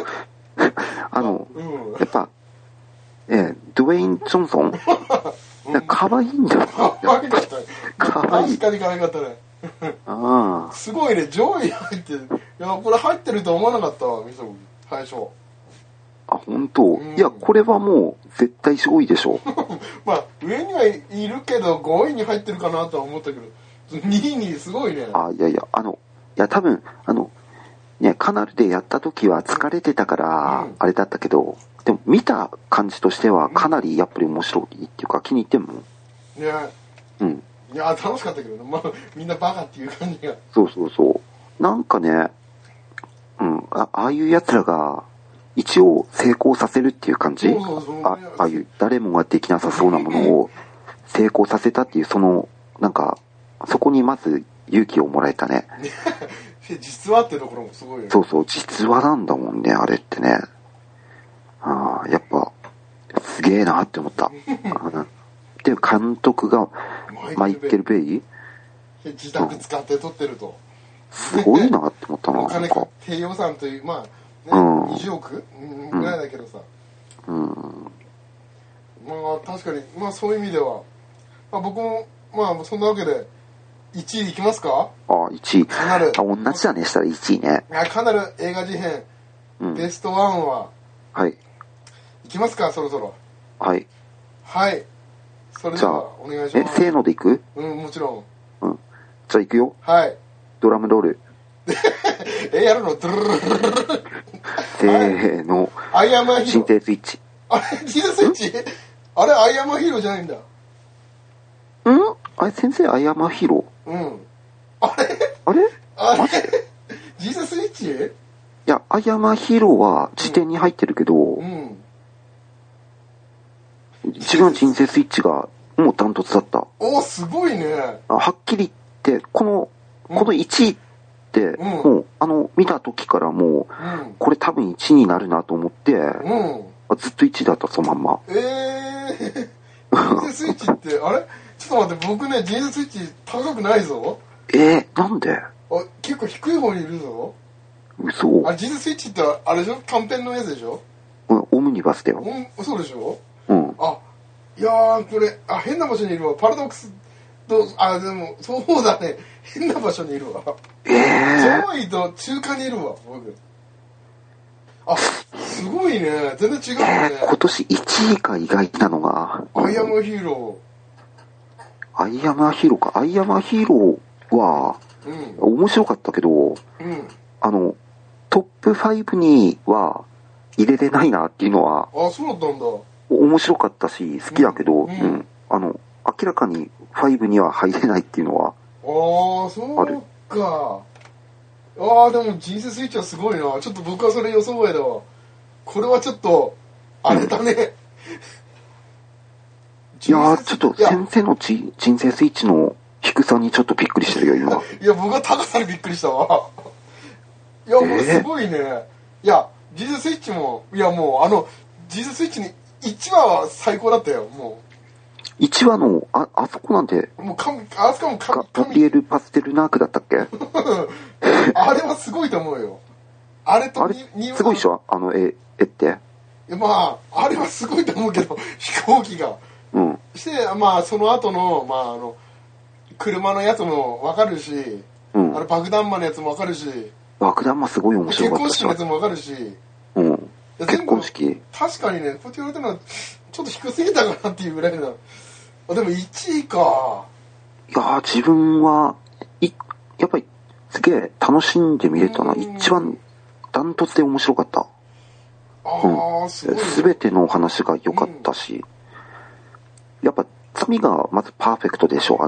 やっぱ、ドウェイン・ジョンソン、可愛いんだよ。 可愛かったね。 可愛い。 確かに可愛かったね。すごいね、上位入ってる。いや、これ入ってると思わなかったわ、みそこ最初。 あ、本当？いや、これはもう絶対上位でしょ。 まあ、上にはいるけど、5位に入ってるかなとは思ったけど、2位にすごいね。 多分、ね、カナルでやった時は疲れてたから、あれだったけど、でも見た感じとしてはかなりやっぱり面白いっていうか気に入ってんもん。 ね。うん。いや、楽しかったけどね。まあ、みんなバカっていう感じが。 そう。なんかね、ああいう奴らが一応成功させるっていう感じ？ああいう誰もができなさそうなものを成功させたっていうなんか、そこにまず勇気をもらえたね。 実話ってところもすごいよね。 そう、実話なんだもんね、あれってね。やっぱ、すげえなって思った。で、監督がマイケル・ベイ？ 自宅使って撮ってると。 すごいなって思ったな。 お金か、低予算という、まあ、ね、20億ぐらいだけどさ。まあ、確かに、まあそういう意味では、まあ僕も、まあそんなわけで、1位いきますか？ あ、1位。カナル。同じだね、したら1位ね。 カナル映画事変、ベスト1は、 はい。 いきますか、そろそろ。 はい。 はい。それでは、お願いします。 せーのでいく？ もちろん。じゃあいくよ。 はい。 ドラムロール。 やるの？ドゥルルルルル。 せーの。 アイアムアヒーロー。 神経スイッチ。 あれ、神経スイッチ？あれ、アイアムアヒーローじゃないんだ。 あれ、先生、アイアムアヒーロー？あれマジで？ ジーザスイッチ？いや、アイアムアヒーローは辞典に入ってるけど、自分の人生スイッチがもうダントツだった。 すごいね。 はっきり言って、この1位って、もう、見た時からもう、これ多分1位になるなと思って、ずっと1位だった、そのまんま。 人生スイッチって、あれちょっと待って、僕ね、人生スイッチ高くないぞ。 なんで？ 結構低い方にいるぞ。 嘘？ 人生スイッチってあれでしょ？短編のやつでしょ？ オムニバスだよ。 そうでしょ？いやー、これ、変な場所にいるわ。パラドックスと、でも、そうだね。変な場所にいるわ。上位と中間にいるわ、僕。すごいね。全然違うね。 今年1位が意外なのが。 アイアムアヒーロー。アイアムアヒーローか。アイアムアヒーローは、面白かったけど、トップ5には入れれないなっていうのは、 そうだったんだ。 面白かったし、好きだけど、明らかに5には入れないっていうのは、 そうか。でも人生スイッチはすごいな。ちょっと僕はそれ予想外だわ。これはちょっと、あれだね。 いやー、ちょっと先生の人生スイッチの低さにちょっとびっくりしてるよ、今。 いや、僕は高さにびっくりしたわ。いや、もうすごいね。いや、人生スイッチも、いやもう、人生スイッチに1話は最高だったよ、も 1話の、あそこなんて、 もうあそこもガブリエル・パステルナークだったっけあれはすごいと思うよ。あれとすごいでしょ絵って。 まあ、あれはすごいと思うけど、飛行機が。 うん。 して、まあ、その後の、まあ、車のやつもわかるし、 うん、 爆弾魔のやつもわかるし、 爆弾魔すごい面白かった。 結婚式のやつもわかるし、 うん。結婚式。 確かにね、こうやって言われたのは、ちょっと低すぎたかなっていうぐらいな。でも1位か。 いやー、自分は、やっぱり、すげえ楽しんで見れたな。一番、ダントツで面白かった。 ああ、すごい。 すべての話が良かったし、やっぱ、つかみがまずパーフェクトでしょ、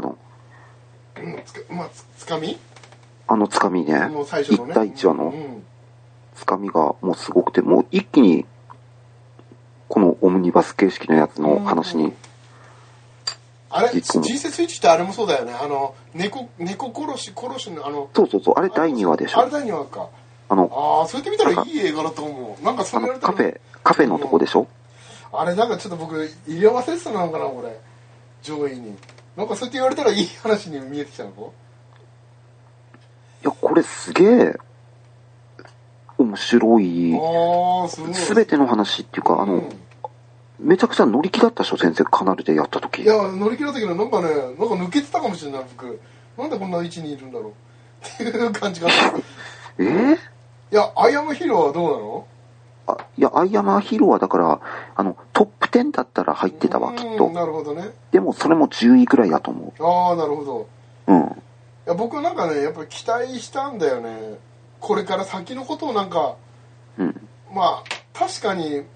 つかみつかみね。 もう最初のね。 1対1話の、つかみがもうすごくて、もう一気に、このオムニバス形式のやつの話に、 あれ人生スイッチってあれもそうだよね。猫殺しのそう、あれ第2話でしょ。 あれ第2話か。そうやって見たらいい映画だと思う。なんかそれカフェのとこでしょ。 あれなんかちょっと僕入れ忘れてたのかな、これ。上位に。なんかそうやって言われたらいい話に見えてきたのか。 いや、これすげえ、面白い。すべての話っていうか、めちゃくちゃ乗り気だったでしょ、先生、カナルでやった時。 いや、乗り気だったけど、なんか抜けてたかもしれない、僕。なんでこんな位置にいるんだろう。っていう感じがする。いや、アイアムヒーローはどうなの？ いや、アイアムヒーローはだから、トップ10だったら入ってたわ、きっと。 なるほどね。 でも、それも10位ぐらいだと思う。 ああ、なるほど。 うん。いや、僕なんかね、やっぱり期待したんだよね。これから先のことをなんか、 うん。 まあ、確かに、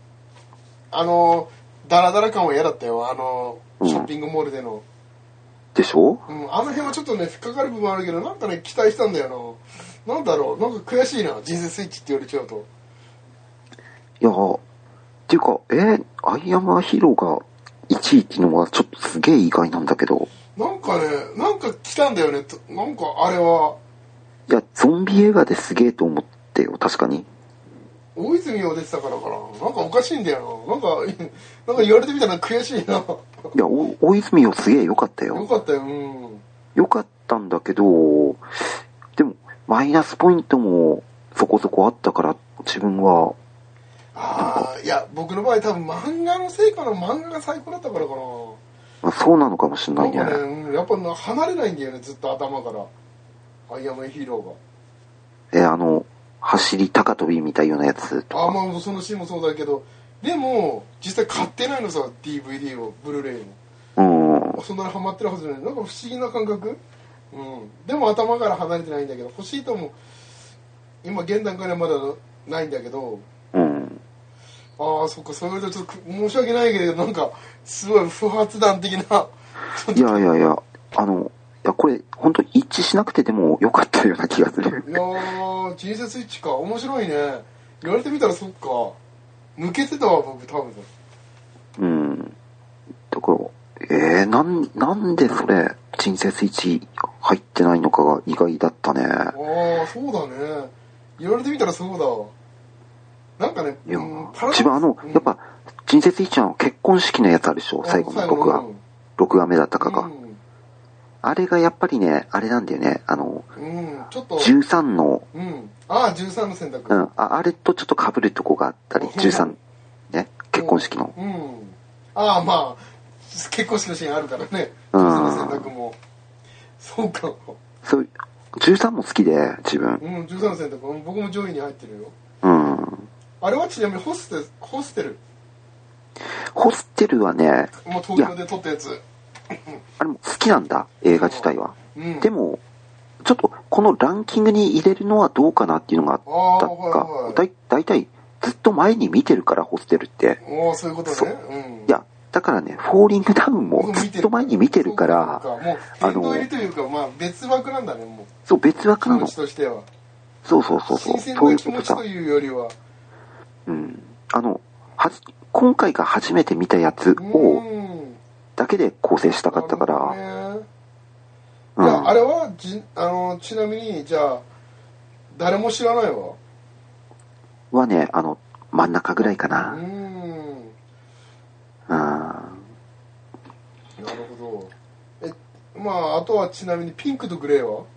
ダラダラ感は嫌だったよ。ショッピングモールでの。 でしょ？ うん、あの辺はちょっとね、引っかかる部分あるけど、なんかね、期待したんだよな。なんだろう、なんか悔しいな、人生スイッチって言われちゃうと。 いや、っていうか、アイアムヒーローが1位っていうのはちょっとすげえ意外なんだけど。 なんかね、なんか来たんだよね、なんかあれは。 いや、ゾンビ映画ですげえと思ってよ、確かに。 大泉洋出てたからかな。なんかおかしいんだよな。なんか言われてみたら悔しいな。いや、大泉洋すげえ良かったよ。 良かったよ、うん。 良かったんだけど、でも、マイナスポイントもそこそこあったから、自分は。 いや、僕の場合多分漫画のせいかな。漫画が最高だったからかな。 そうなのかもしれないね。 なんかね、やっぱ離れないんだよね、ずっと頭から。アイアムヒーローが。走り高跳びみたいなやつとか。 まあそのシーンもそうだけど、でも実際買ってないのさ、 DVD を、ブルーレイの。そんなにハマってるはずじゃない。なんか不思議な感覚。でも頭から離れてないんだけど、欲しいとも今現段階ではまだないんだけど。そっか、そういうとちょっと申し訳ないけど、なんかすごい不発弾的な。 いやこれ本当一致しなくてでもよかったような気がする。 いやー、人生スイッチか、面白いね。言われてみたらそっか、抜けてたわ、僕多分。 だからなんでそれ人生スイッチ入ってないのかが意外だったね。 そうだね。言われてみたらそうだわ。なんかね、 一番やっぱ人生スイッチの結婚式のやつあるでしょ、最後の6話目だったかが。あれがやっぱりね、あれなんだよね、 ちょっと 13の、 13の選択。 あれとちょっと被るとこがあったり、13、ね、結婚式の。 まあ、結婚式のシーンあるからね、13の選択も。そうか。 そう、13も好きで、自分。 13の選択、僕も上位に入ってるよ。あれはちなみにホステル。 ホステルはね、 もう東京で撮ったやつ。 あれも好きなんだ、映画自体は。でも、ちょっとこのランキングに入れるのはどうかなっていうのがあったか、だいたいずっと前に見てるから、ホステルって。 そういうことね。 いや、だからね、フォーリングダウンもずっと前に見てるから、 もう、殿堂入りというか、まあ別枠なんだね、もう。 そう、別枠なの。 気持ちとしては。 そう。 新鮮な気持ちというよりは。 今回が初めて見たやつを、だけで構成したかったから。 じゃあ、あれはちなみに、じゃあ、誰も知らないわ。 はね、真ん中ぐらいかな。 なまああとはちなみにピンクとグレーは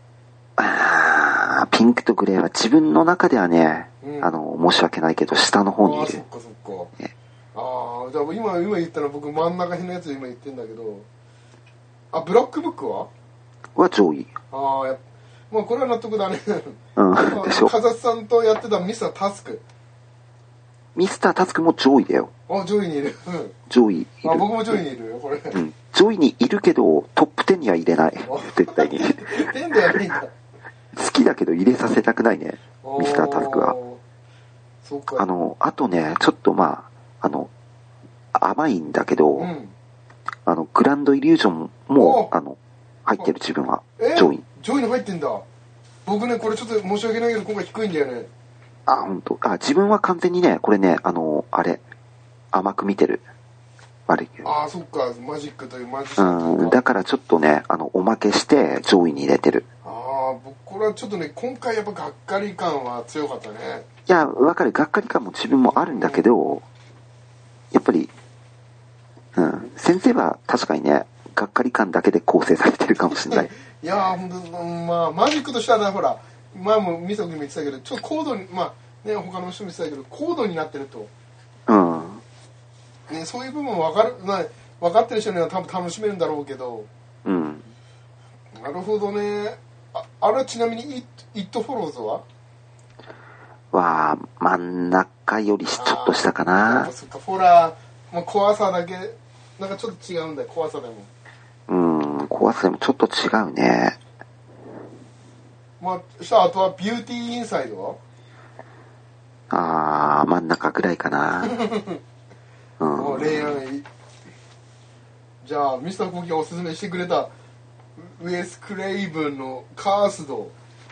ピンクとグレーは自分の中ではね、申し訳ないけど下の方にいる。 そっかそっか。じゃあ今言ったの僕真ん中辺のやつ今言ってんだけど、ブラックブックは上位。 まあこれは納得だね。でしょ。 カザスさんとやってたミスタータスク。 ミスタータスクも上位だよ。 上位にいる。 上位いる。 僕も上位にいるよ、これ。 上位にいるけど、トップ10には入れない。絶対に。 10ではないんだ。 好きだけど入れさせたくないね。ミスタータスクは。 そうか。 あとね、ちょっと甘いんだけど、グランドイリュージョンも、入ってる自分は。上位。 上位に入ってんだ。僕ね、これちょっと申し訳ないけど、今回低いんだよね。 本当。自分は完全にね、これね、甘く見てる。悪いけど。 そっか、マジックというマジシャン。だからちょっとね、おまけして上位に入れてる。 僕、これはちょっとね、今回やっぱがっかり感は強かったね。 いや、わかる。がっかり感も自分もあるんだけど、やっぱり、先生は確かにね、がっかり感だけで構成されてるかもしれない。 いやー、ほんと、マジックとしてはね、ほら、前もミサ君も言ってたけど、ちょっと高度に、他の人も言ってたけど、高度になってると。ね、そういう部分分かってる人には多分楽しめるんだろうけど。なるほどね。あれはちなみに、It Follows は真ん中よりちょっと下かな。 そっか、ホラー、怖さだけ、なんかちょっと違うんだよ、怖さでも。 怖さでもちょっと違うね。 あとはビューティーインサイドは真ん中ぐらいかな。 恋愛。じゃあ、ミスターコーキがおすすめしてくれた、ウェス・クレイブンのカースド。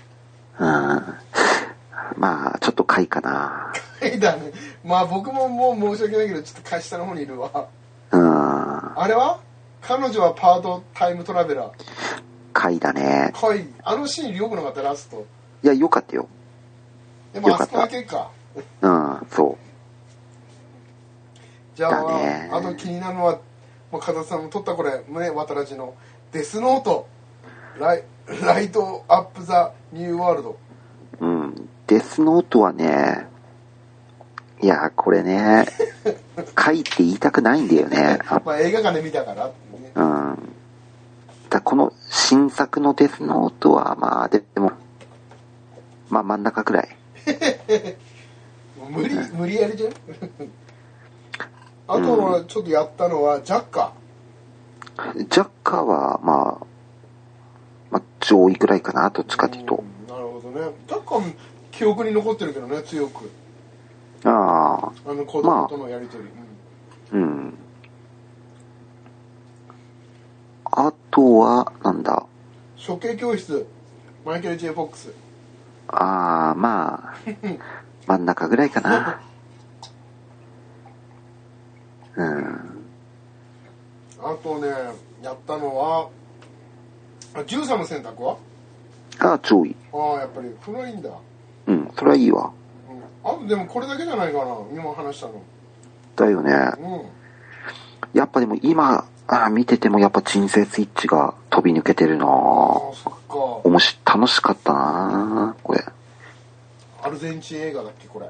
ちょっと下位かな。 下位だね。僕ももう申し訳ないけど、ちょっと下の方にいるわ。あれは彼女はパートタイムトラベラー。 下位だね。 下位。あのシーン良くなかった、ラスト。 いや、良かったよ。 でもあそこだけか。 そう。 じゃあ、あと気になるのは、風田さんも撮ったこれ、渡らじのデスノート。ライトアップザニューワールド。 デスノートはね、いや、これね、書いて言いたくないんだよね。 映画館で見たから、ね。 この新作のデスノートは、でも、真ん中くらい。 無理やりじゃん。あとはちょっとやったのは、ジャッカーは、上位くらいかな、どっちかっていうと。 なるほどね。ジャッカー記憶に残ってるけどね、強く。子供とのやりとり。 あとは、なんだ。 処刑教室、マイケル・J・フォックス。 真ん中ぐらいかな。 あとね、やったのは、13の選択は上位。 やっぱり、それはいいんだ。 それはいいわ。 あとでもこれだけじゃないかな、今話したの。 だよね。やっぱでも今、見ててもやっぱ人生スイッチが飛び抜けてるな。 そっか。楽しかったな、これ。 アルゼンチン映画だっけ、これ。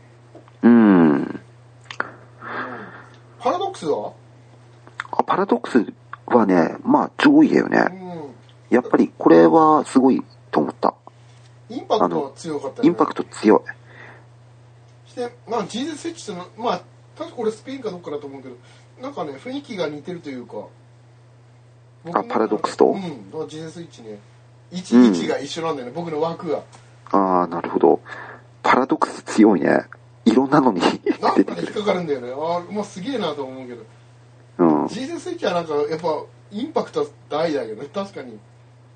パラドックスはパラドックスはね、上位だよね。やっぱりこれはすごいと思った。 インパクトは強かったよね。 インパクト強い。 して、ジーゼスイッチとの、確かこれスペインかどっかだと思うけど、なんかね、雰囲気が似てるというか。 パラドックスとジーゼスイッチね。位置が一緒なんだよね、僕の枠が。 なるほど。パラドックス強いね。いろんなのに出てくる。引っかかるんだよね。すげえなと思うけど。ジーゼスイッチはなんか、やっぱ、インパクト大だけどね、確かに。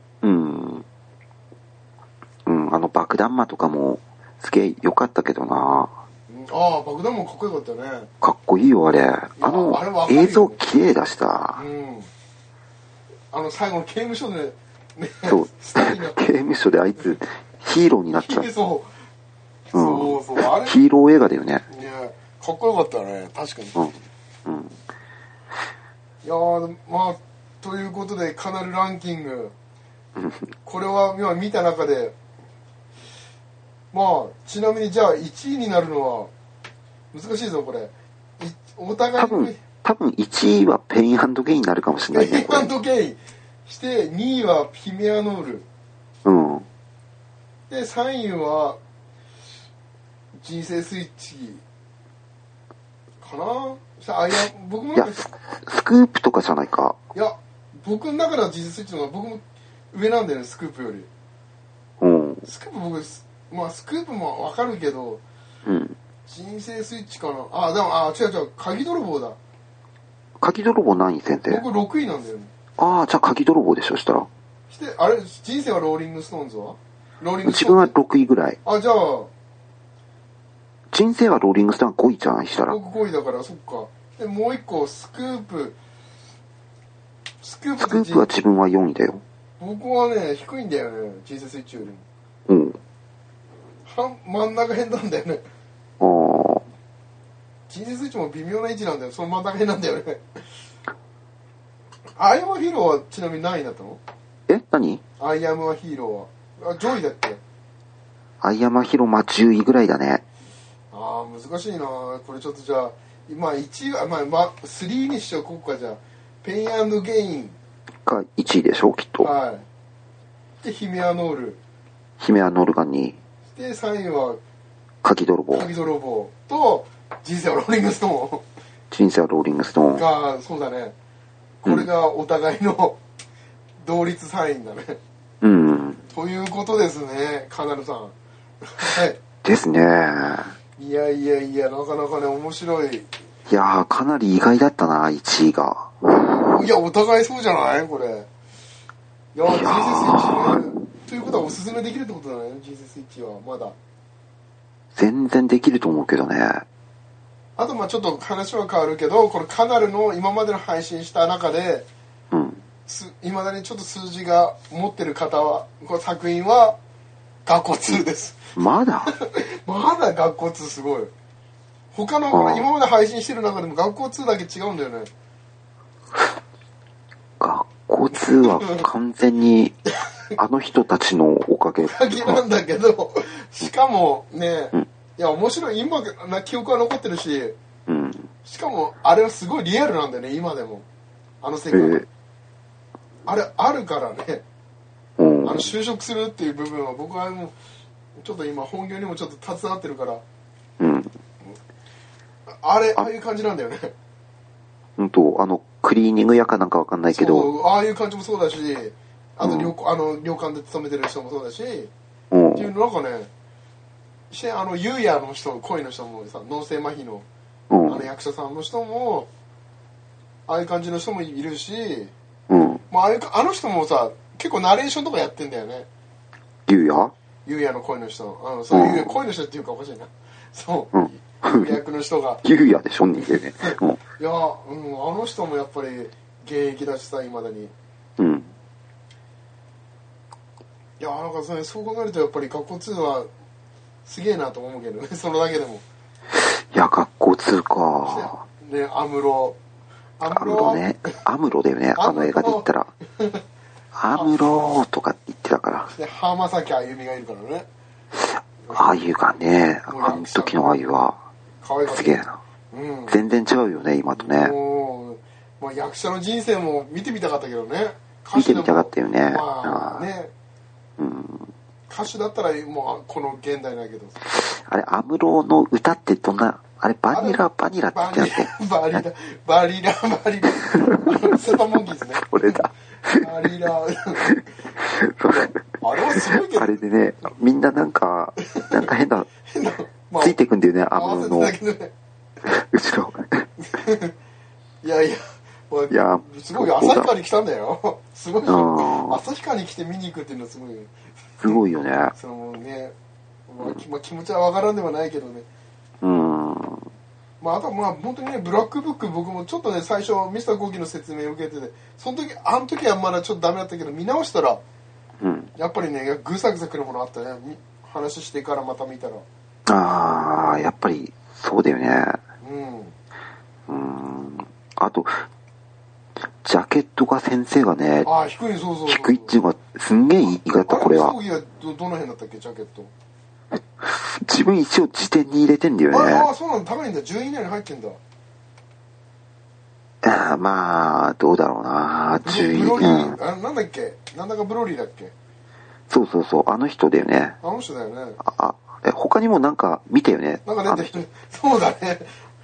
爆弾魔とかも、すげえ良かったけどな。 爆弾魔かっこよかったね。 かっこいいよ、あれ。映像綺麗だしさ。 最後の刑務所で、ね。 そう。刑務所であいつ、ヒーローになっちゃう。 そう。 あれヒーロー映画だよね。 いや、かっこよかったね、確かに。いやということでカナルランキングこれは今見た中でまあちなみにじゃあ1位になるのは難しいぞこれお互い多分1位はペイン&ゲインになるかもしれないね。 ペイン&ゲインして2位はヒメアノール、 うん、 で3位は人生スイッチかな。僕もなんかスクープとかじゃないか。 いや僕の中では人生スイッチの方が僕も上なんだよね、スクープより。 うん、 スクープ僕まあスクープもわかるけど、 うん、 人生スイッチかな。でも違う鍵泥棒だ。 鍵泥棒何位先生？ 僕6位なんだよね。 じゃあ鍵泥棒でしょしたら。 してあれ人生はローリングストーンズは？ 自分は6位ぐらい。 じゃあ人生はローリングストーン5位じゃないしたら。 僕5位だからそっか。でもう一個スクープは自分は4位だよ。 僕はね低いんだよね、人生スイッチよりも。 うん。 真ん中辺なんだよね。人生スイッチも微妙な位置なんだよ、その真ん中辺なんだよね。アイアムアヒーローはちなみに何位だったの？ 何？ アイアムアヒーローは上位だっけ？ アイアムアヒーロー10位ぐらいだね。 難しいなこれ。ちょっとじゃあ今1位は3にしよう。ここか。じゃあペイン&ゲインが1位でしょきっと。 はい。でヒメアノールが2位で3位は鍵泥棒と人生はローリングストーン人生はローリングストーンが、そうだね、これがお互いの同率3位だね。 うん。 ということですね、カナルさん。はい。 ですね。 いや、なかなかね、面白い。 いやー、かなり意外だったな、1位が。 いや、お互いそうじゃないこれ。いや、人生スイッチね。ということはおすすめできるってことだね、人生スイッチは、まだ。全然できると思うけどね。 あと、ちょっと話は変わるけど、このカナルの今までの配信した中で、いまだにちょっと数字が持ってる方は、この作品は、学校2です。 まだまだ学校2すごい。他の、今まで配信してる中でも学校2だけ違うんだよね。 学校2は完全に、あの人たちのおかげ。 なんだけど、しかもね、いや、面白い。今、記憶は残ってるし、しかも、あれはすごいリアルなんだよね、今でも。あの世界。あれ、あるからね。就職するっていう部分は、僕はもう、ちょっと今、本業にもちょっと携わってるから、ああいう感じなんだよね。 クリーニング屋かなんかわかんないけど。 ああいう感じもそうだし、あと旅館で勤めてる人もそうだし、っていうのなんかね、ゆうやの人、恋の人もさ、脳性麻痺の、役者さんの人も、ああいう感じの人もいるし、あの人もさ、結構ナレーションとかやってんだよね。ゆうやの恋の人。そういう恋の人っていうかおかしいな。そう。役の人が。 ゆうやでしょ、人間ね。 いや、あの人もやっぱり現役だしさ、いまだに。いや、なんかそう考えるとやっぱり学校2はすげえなと思うけどね、それだけでも。 いや、学校2か。 ね、アムロね。アムロだよね、あの映画で言ったら。アムロとかって言ってたから。 で、浜崎あゆみがいるからね。 あゆがね、あの時のあゆは、すげえな。全然違うよね、今とね。 役者の人生も見てみたかったけどね。 見てみたかったよね。 歌手だったらもうこの現代だけど。 あれ、アムロの歌ってどんな、あれ、バニラって言ってなくて。 バリラ。セパモンキーズね。 これだ。 バリラ。あれはすごいけど。 あれでね、みんななんか変な、ついてくんだよね、アムロの。後ろ。 いや、すごい旭川に来たんだよ。すごい。旭川に来て見に行くっていうのはすごい。 すごいよね。 そのね、気持ちはわからんではないけどね。あとは本当にね、ブラックブック僕もちょっとね、最初ミスターコーキの説明を受けてて、あの時はまだちょっとダメだったけど、見直したら、やっぱりね、ぐさぐさくるものあったね。話してからまた見たら。 やっぱりそうだよね。あと、 ジャケットが先生がね、 低い、そうそうそう。 低いっていうのがすんげえいいだった、これは。 装備はどの辺だったっけ、ジャケット。 自分一応辞典に入れてんだよね。 そうなんだ、高いんだ、10位以内に入ってんだ。 まあ、どうだろうな、10位。 ブロリー、なんだっけ、なんだかブロリーだっけ。 そうそうそう、あの人だよね。 あの人だよね。 他にもなんか見たよね。 なんか出てきて、そうだね。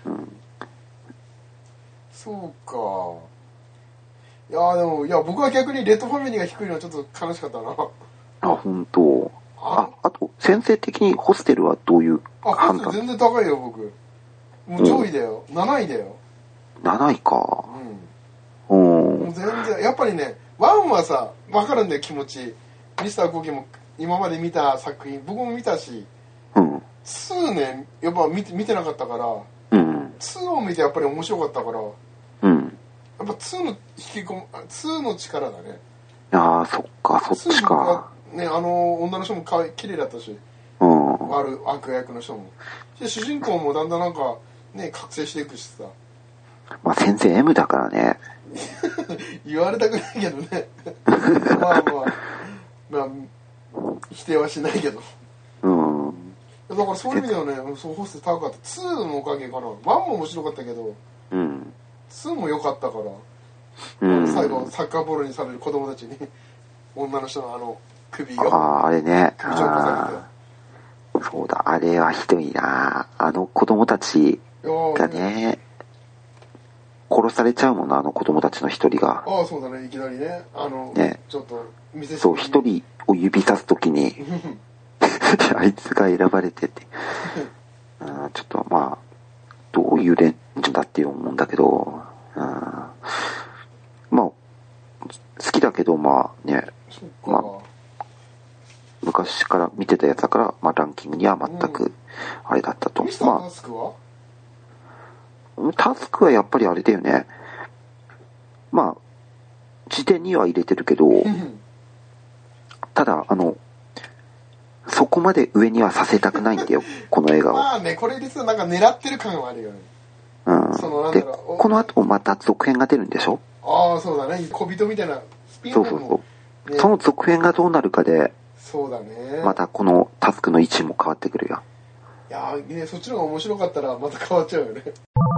そうか。でも、僕は逆にレッドファミリーが低いのはちょっと悲しかったな。 本当。あと、先生的にホステルはどういう判断？ホステル全然高いよ、僕。もう上位だよ。7位だよ。 7位か。 もう全然、やっぱりね、1はさ、わかるんだよ、気持ち。ミスターコーキも今まで見た作品、僕も見たし、2ね、やっぱ見てなかったから、2を見てやっぱり面白かったから、やっぱ2の2の力だね。 そっか、そっちか。 ね、女の人も綺麗だったし、悪役の人も。で、主人公もだんだんなんか、ね、覚醒していくしさ。 まあ先生 M だからね。 言われたくないけどね。まあ、否定はしないけど。だからそういう意味ではね、ホステ高かった。2のおかげかな。1も面白かったけど、2も良かったから、最後サッカーボールにされる子供たちに、女の人の首を。 あれね。 首長化されて。そうだ、あれはひどいな。子供たちがね、殺されちゃうもんな、子供たちの一人が。 そうだね、いきなりね。ちょっと見せそう、一人を指さすときに、あいつが選ばれてて、ちょっとまあ、どういう連中だって思うんだけど、まあ、好きだけど、まあね、昔から見てたやつだから、ランキングには全く、あれだったと。 ミスタータスクは？ タスクはやっぱりあれだよね。まあ、辞典には入れてるけど、ただ、そこまで上にはさせたくないんだよ、この映画を。 まあね、これ実はなんか狙ってる感はあるよね。 で、この後また続編が出るんでしょ？ そうだね。小人みたいなスピンオフも。そう。その続編がどうなるかで、 そうだね。 またこのタスクの位置も変わってくるよ。 いやね、そっちの方が面白かったらまた変わっちゃうよね。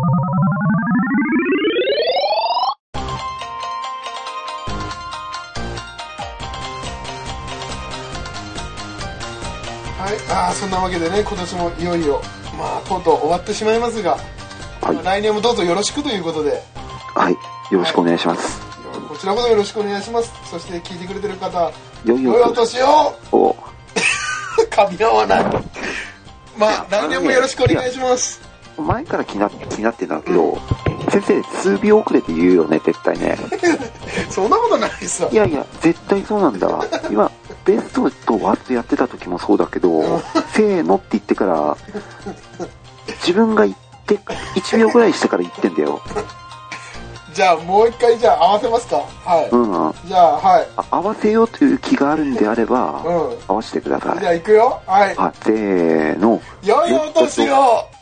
はい、そんなわけでね、今年もいよいよ、とうとう終わってしまいますが、来年もどうぞよろしくということで。 はい、よろしくお願いします。 こちらこそよろしくお願いします。そして聞いてくれてる方、 良いお年を噛み合わない。来年もよろしくお願いします。 前から気になってんだけど、先生、数秒遅れて言うよね、絶対ね。 そんなことないさ。 いやいや、絶対そうなんだ。今、ベストとワットやってた時もそうだけど、せーのって言ってから、自分が言って、1秒ぐらいしてから言ってんだよ。 じゃあ、もう一回、じゃあ、合わせますか。はい。じゃあ、はい。 合わせようという気があるんであれば、合わせてください。 じゃあ、行くよ。はい。 せーの。 良いお年を